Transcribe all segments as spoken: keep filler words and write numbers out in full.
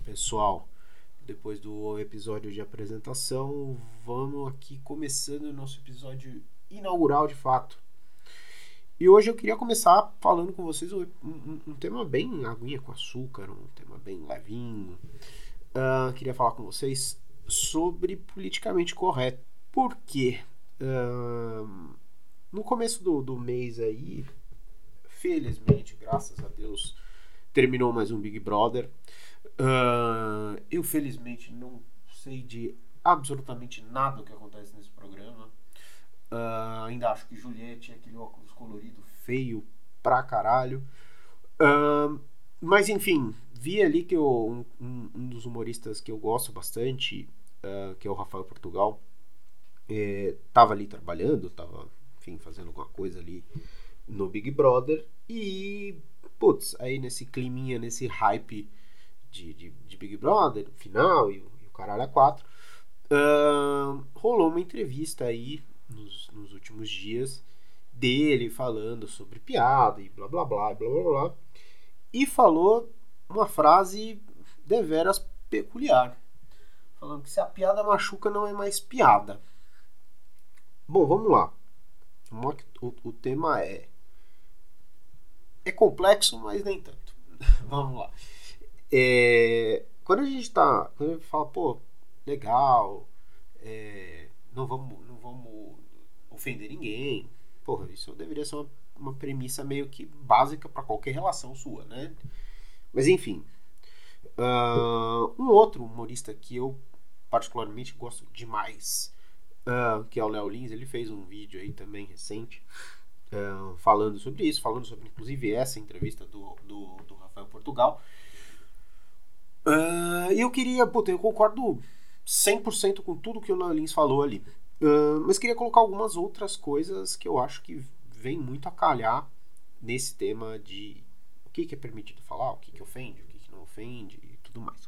pessoal, depois do episódio de apresentação, vamos aqui começando o nosso episódio inaugural de fato. E hoje eu queria começar falando com vocês um, um, um tema bem aguinha com açúcar, um tema bem levinho. Uh, queria falar com vocês sobre politicamente correto. Por quê? Uh, no começo do, do mês aí, felizmente, graças a Deus, terminou mais um Big Brother. Uh, eu felizmente não sei de absolutamente nada do que acontece nesse programa. Uh, ainda acho que Juliette é aquele óculos colorido feio pra caralho. Uh, mas enfim, vi ali que eu, um, um dos humoristas que eu gosto bastante, uh, que é o Rafael Portugal, é, tava ali trabalhando, tava enfim, fazendo alguma coisa ali no Big Brother. E putz, aí nesse climinha, nesse hype De, de, de Big Brother, final e, e o caralho a quatro, uh, rolou uma entrevista aí nos, nos últimos dias dele falando sobre piada e blá blá blá blá blá blá, e falou uma frase deveras peculiar, falando que se a piada machuca não é mais piada. Bom, vamos lá. O, o tema é é complexo, mas nem tanto. Vamos lá. É, quando a gente tá, quando a gente fala, pô, legal, é, não vamos, não vamos ofender ninguém, porra, isso deveria ser uma, uma premissa meio que básica para qualquer relação sua, né? Mas enfim, uh, um outro humorista que eu particularmente gosto demais, uh, que é o Léo Lins, ele fez um vídeo aí também recente, uh, falando sobre isso, falando sobre inclusive essa entrevista do, do, do Rafael Portugal. Uh, eu queria, puta, eu concordo cem por cento com tudo que o Léo Lins falou ali. Uh, mas queria colocar algumas outras coisas que eu acho que vem muito a calhar nesse tema de o que, que é permitido falar, o que, que ofende, o que, que não ofende e tudo mais.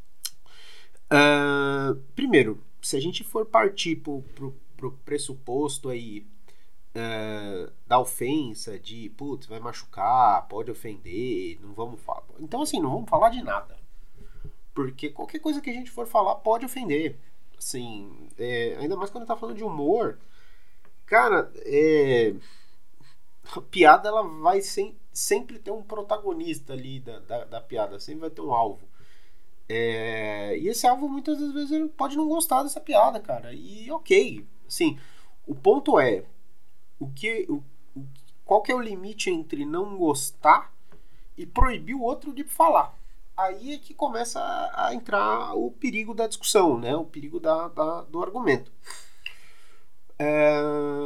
Uh, primeiro, se a gente for partir pro, pro, pro pressuposto aí uh, da ofensa, de putz, vai machucar, pode ofender, não vamos falar. Então assim, não vamos falar de nada. Porque qualquer coisa que a gente for falar pode ofender. Assim, é, ainda mais quando tá falando de humor. Cara, é, a piada ela vai sem, sempre ter um protagonista ali da, da, da piada. Sempre vai ter um alvo. É, e esse alvo muitas das vezes ele pode não gostar dessa piada, cara. E ok. Assim, o ponto é o que, o, o, qual que é o limite entre não gostar e proibir o outro de falar. Aí é que começa a entrar o perigo da discussão, né? O perigo da, da, do argumento. É...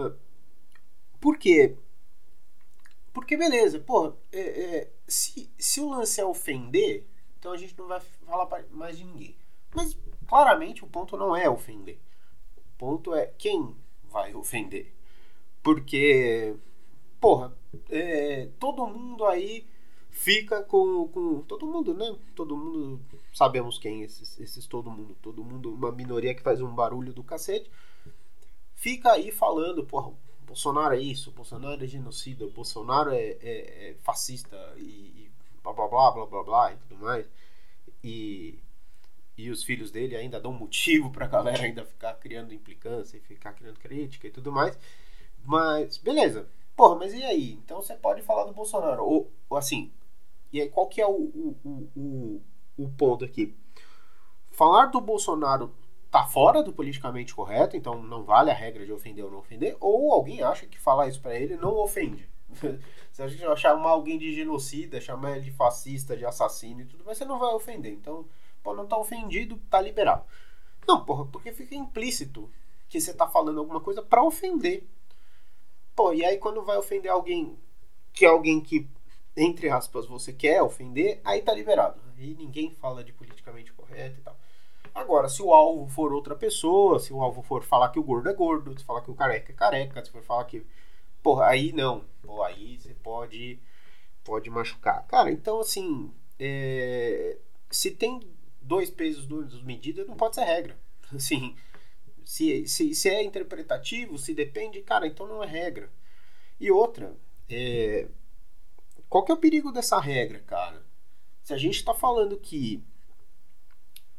Por quê? Porque, beleza, pô, é, é, se, se o lance é ofender, então a gente não vai falar mais de ninguém. Mas, claramente, o ponto não é ofender. O ponto é quem vai ofender. Porque, porra, é, todo mundo aí fica com, com todo mundo, né? Todo mundo, sabemos quem esses, esses todo mundo, todo mundo, uma minoria que faz um barulho do cacete, fica aí falando, porra, o Bolsonaro é isso, o Bolsonaro é genocida, o Bolsonaro é, é, é fascista e, e blá blá blá blá blá blá e tudo mais. E, e os filhos dele ainda dão motivo pra galera ainda ficar criando implicância e ficar criando crítica e tudo mais. Mas, beleza. Porra, mas e aí? Então você pode falar do Bolsonaro. Ou, ou assim, e aí qual que é o, o, o, o ponto aqui? Falar do Bolsonaro tá fora do politicamente correto, então não vale a regra de ofender ou não ofender, ou alguém acha que falar isso pra ele não ofende. Se a gente chamar alguém de genocida, chamar ele de fascista, de assassino e tudo, mas você não vai ofender. Então, pô, não tá ofendido, tá liberado. Não, porra, porque fica implícito que você tá falando alguma coisa pra ofender. Pô, e aí quando vai ofender alguém que é alguém que, entre aspas, você quer ofender, aí tá liberado. Aí ninguém fala de politicamente correto e tal. Agora, se o alvo for outra pessoa, se o alvo for falar que o gordo é gordo, se falar que o careca é careca, se for falar que... Porra, aí não. Pô, aí você pode, pode machucar. Cara, então assim, é... se tem dois pesos, duas medidas, não pode ser regra. Assim, se, se, se é interpretativo, se depende, cara, então não é regra. E outra, é... qual que é o perigo dessa regra, cara? Se a gente tá falando que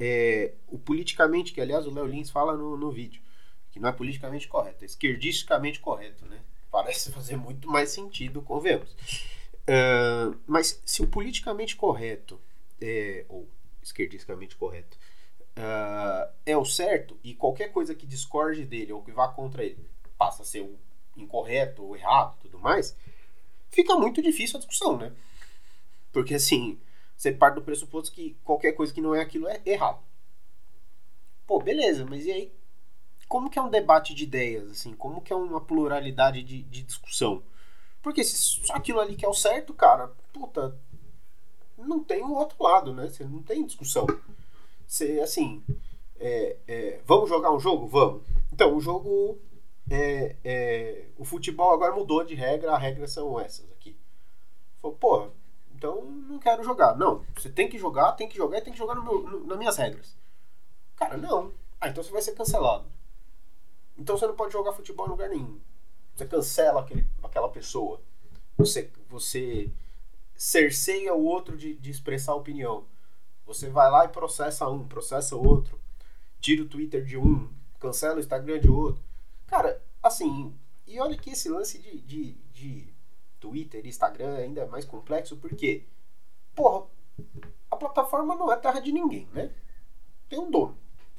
é, o politicamente, que aliás o Léo Lins fala no, no vídeo, que não é politicamente correto, é esquerdisticamente correto, né? Parece fazer muito mais sentido, convenhamos. Uh, mas se o politicamente correto, é, ou esquerdisticamente correto, uh, é o certo, e qualquer coisa que discorde dele ou que vá contra ele passa a ser o incorreto ou errado tudo mais, fica muito difícil a discussão, né? Porque assim, você parte do pressuposto que qualquer coisa que não é aquilo é errado. Pô, beleza, mas e aí? Como que é um debate de ideias, assim? Como que é uma pluralidade de, de discussão? Porque se só aquilo ali que é o certo, cara, puta, não tem o outro lado, né? Você não tem discussão. Você, assim, é, é, vamos jogar um jogo? Vamos. Então, o jogo, é, é, o futebol agora mudou de regra, as regras são essas aqui. Falei, pô, então não quero jogar. Não, você tem que jogar, tem que jogar e tem que jogar no meu, no, nas minhas regras. Cara, não. Ah, então você vai ser cancelado. Então você não pode jogar futebol em lugar nenhum. Você cancela aquele, aquela pessoa. Você, você cerceia o outro de, de expressar opinião. Você vai lá e processa um, processa o outro. Tira o Twitter de um, cancela o Instagram de outro. Cara, assim, e olha que esse lance de, de, de Twitter e Instagram é ainda mais complexo, porque, porra, a plataforma não é terra de ninguém, né? Tem um dono.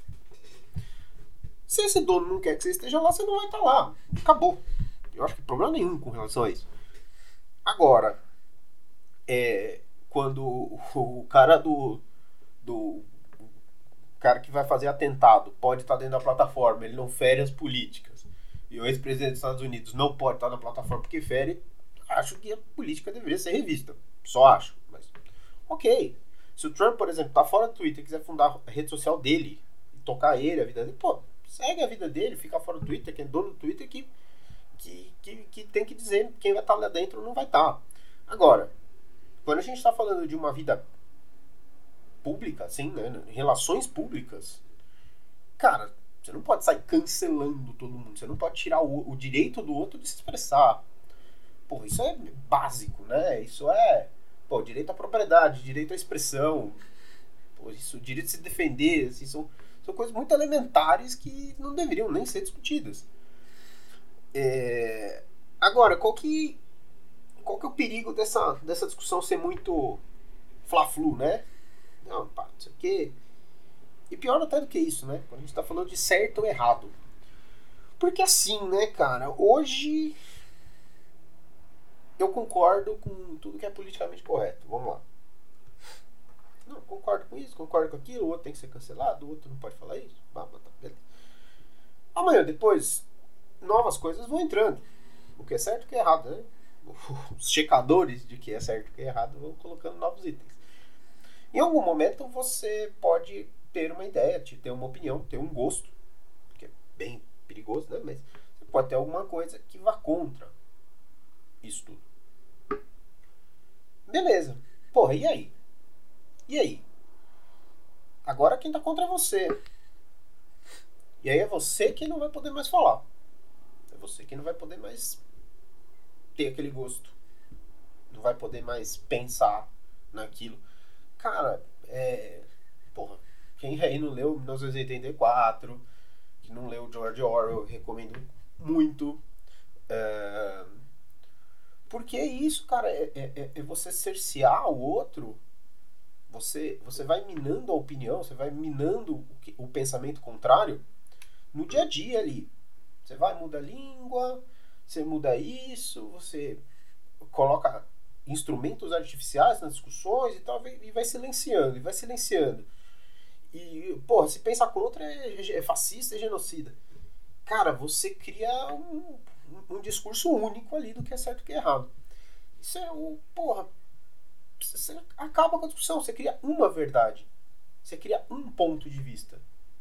Se esse dono não quer que você esteja lá, você não vai estar lá. Acabou. Eu acho que problema nenhum com relação a isso. Agora, é, quando o cara do, do o cara que vai fazer atentado pode estar dentro da plataforma, ele não fere as políticas, e o ex-presidente dos Estados Unidos não pode estar na plataforma porque fere, acho que a política deveria ser revista. Só acho. Mas, ok. Se o Trump, por exemplo, tá fora do Twitter e quiser fundar a rede social dele e tocar ele, a vida dele, pô, segue a vida dele, fica fora do Twitter, quem é dono do Twitter que, que, que, que tem que dizer quem vai estar lá dentro ou não vai estar. Agora, quando a gente está falando de uma vida pública, assim, né, relações públicas, cara, você não pode sair cancelando todo mundo, você não pode tirar o, o direito do outro de se expressar. Pô, isso é básico, né? Isso é, pô, direito à propriedade, direito à expressão, pô, isso, direito de se defender, assim, são São coisas muito elementares que não deveriam nem ser discutidas. É... Agora, qual que, qual que é o perigo dessa, dessa discussão ser muito fla-flu, né? Não, pá, não sei o quê. E pior até do que isso, né? Quando a gente tá falando de certo ou errado. Porque assim, né, cara? Hoje eu concordo com tudo que é politicamente correto. Vamos lá. Não, concordo com isso, concordo com aquilo, o outro tem que ser cancelado, o outro não pode falar isso. Bah, bah, tá, beleza. Amanhã, depois, novas coisas vão entrando. O que é certo e o que é errado, né? Os checadores de que é certo e o que é errado vão colocando novos itens. Em algum momento você pode ter uma ideia, ter uma opinião, ter um gosto, que é bem perigoso, né? Mas você pode ter alguma coisa que vá contra isso tudo. Beleza. Porra, e aí? E aí? Agora quem tá contra é você. E aí é você que não vai poder mais falar. É você que não vai poder mais ter aquele gosto. Não vai poder mais pensar naquilo. Cara, é... Porra, quem aí não leu mil novecentos e oitenta e quatro, que não leu George Orwell, eu recomendo muito. É... Porque é isso, cara. É, é, é você cercear o outro. Você, você vai minando a opinião, você vai minando o, que, o pensamento contrário no dia a dia ali. Você vai, muda a língua, você muda isso, você coloca instrumentos artificiais nas discussões e tal, e vai silenciando, e vai silenciando. E, porra, se pensar contra é, é fascista, é genocida. Cara, você cria um, um, um discurso único ali do que é certo e o que é errado. Isso é o, porra, você acaba com a discussão, você cria uma verdade. Você cria um ponto de vista.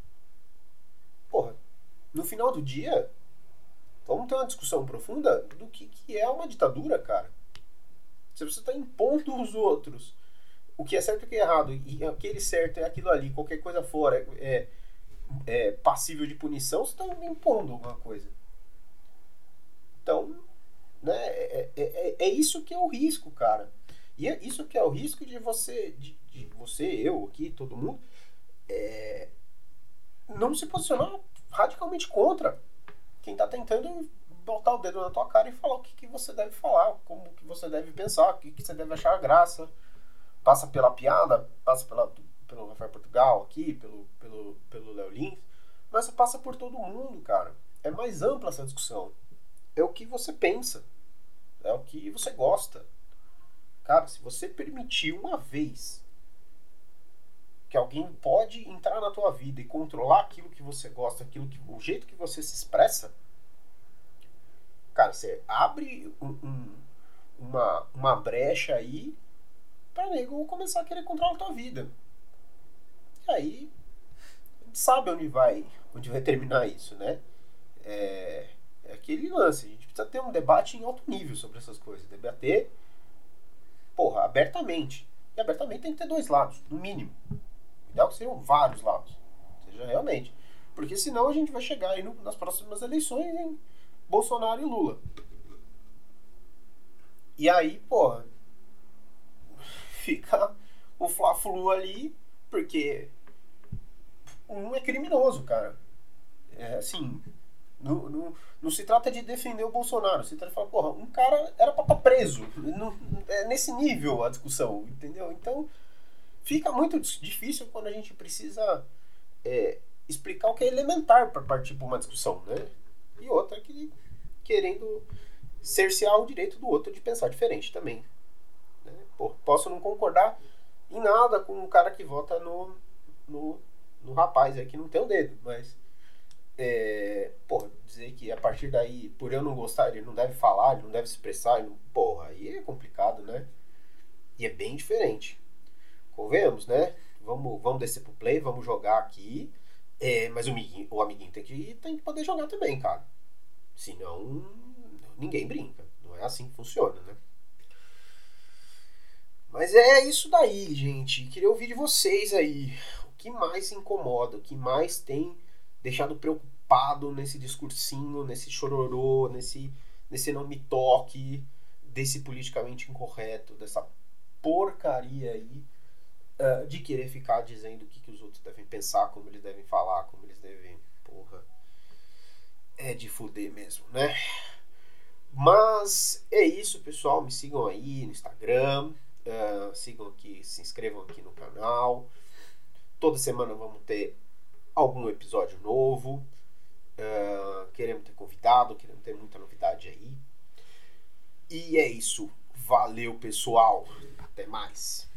Porra, no final do dia, vamos ter uma discussão profunda do que, que é uma ditadura, cara. Se você está impondo os outros o que é certo e o que é errado, e aquele certo é aquilo ali, qualquer coisa fora é, é passível de punição, você está impondo alguma coisa. Então, né, é, é, é, é isso que é o risco, cara. E é isso que é o risco de você, de, de você, eu aqui, todo mundo, é, não se posicionar radicalmente contra quem tá tentando botar o dedo na tua cara e falar o que, que você deve falar, como que você deve pensar, o que, que você deve achar graça. Passa pela piada, passa pela, pelo Rafael Portugal aqui, pelo, pelo, pelo Léo Lins, mas você passa por todo mundo, cara. É mais ampla essa discussão. É o que você pensa, é o que você gosta. Cara, se você permitir uma vez que alguém pode entrar na tua vida e controlar aquilo que você gosta, aquilo que, o jeito que você se expressa, cara, você abre um, um, uma, uma brecha aí pra nego começar a querer controlar a tua vida. E aí, a gente sabe onde vai, onde vai terminar isso, né? É, é aquele lance, a gente precisa ter um debate em alto nível sobre essas coisas. Debater, porra, abertamente. E abertamente tem que ter dois lados, no mínimo. O ideal é que sejam vários lados. Seja realmente. Porque senão a gente vai chegar aí no, nas próximas eleições em Bolsonaro e Lula. E aí, porra, fica o Fla-Flu ali, porque um é criminoso, cara. É assim, não, não, não se trata de defender o Bolsonaro, se trata de falar, porra, um cara era pra estar preso. Não, é nesse nível a discussão, entendeu? Então, fica muito difícil quando a gente precisa é, explicar o que é elementar para partir para uma discussão, né? E outra que querendo cercear o direito do outro de pensar diferente também. Né? Pô, posso não concordar em nada com um cara que vota no, no, no rapaz aí que não tem o dedo, mas é, porra, dizer que a partir daí, por eu não gostar, ele não deve falar, ele não deve se expressar, ele não, porra, aí é complicado, né? E é bem diferente. Convenhamos, né? Vamos, vamos descer pro play, vamos jogar aqui. É, mas o amiguinho, o amiguinho tem que, tem que poder jogar também, cara. Senão, ninguém brinca. Não é assim que funciona, né? Mas é isso daí, gente. Queria ouvir de vocês aí. O que mais incomoda, o que mais tem deixado preocupado nesse discursinho, nesse chororô, nesse, nesse não me toque, desse politicamente incorreto, dessa porcaria aí. Uh, de querer ficar dizendo o que, que os outros devem pensar, como eles devem falar, como eles devem... Porra. É de fuder mesmo, né? Mas é isso, pessoal. Me sigam aí no Instagram. Uh, sigam aqui, se inscrevam aqui no canal. Toda semana vamos ter algum episódio novo. Uh, queremos ter convidado, queremos ter muita novidade aí. E é isso. Valeu, pessoal. Até mais.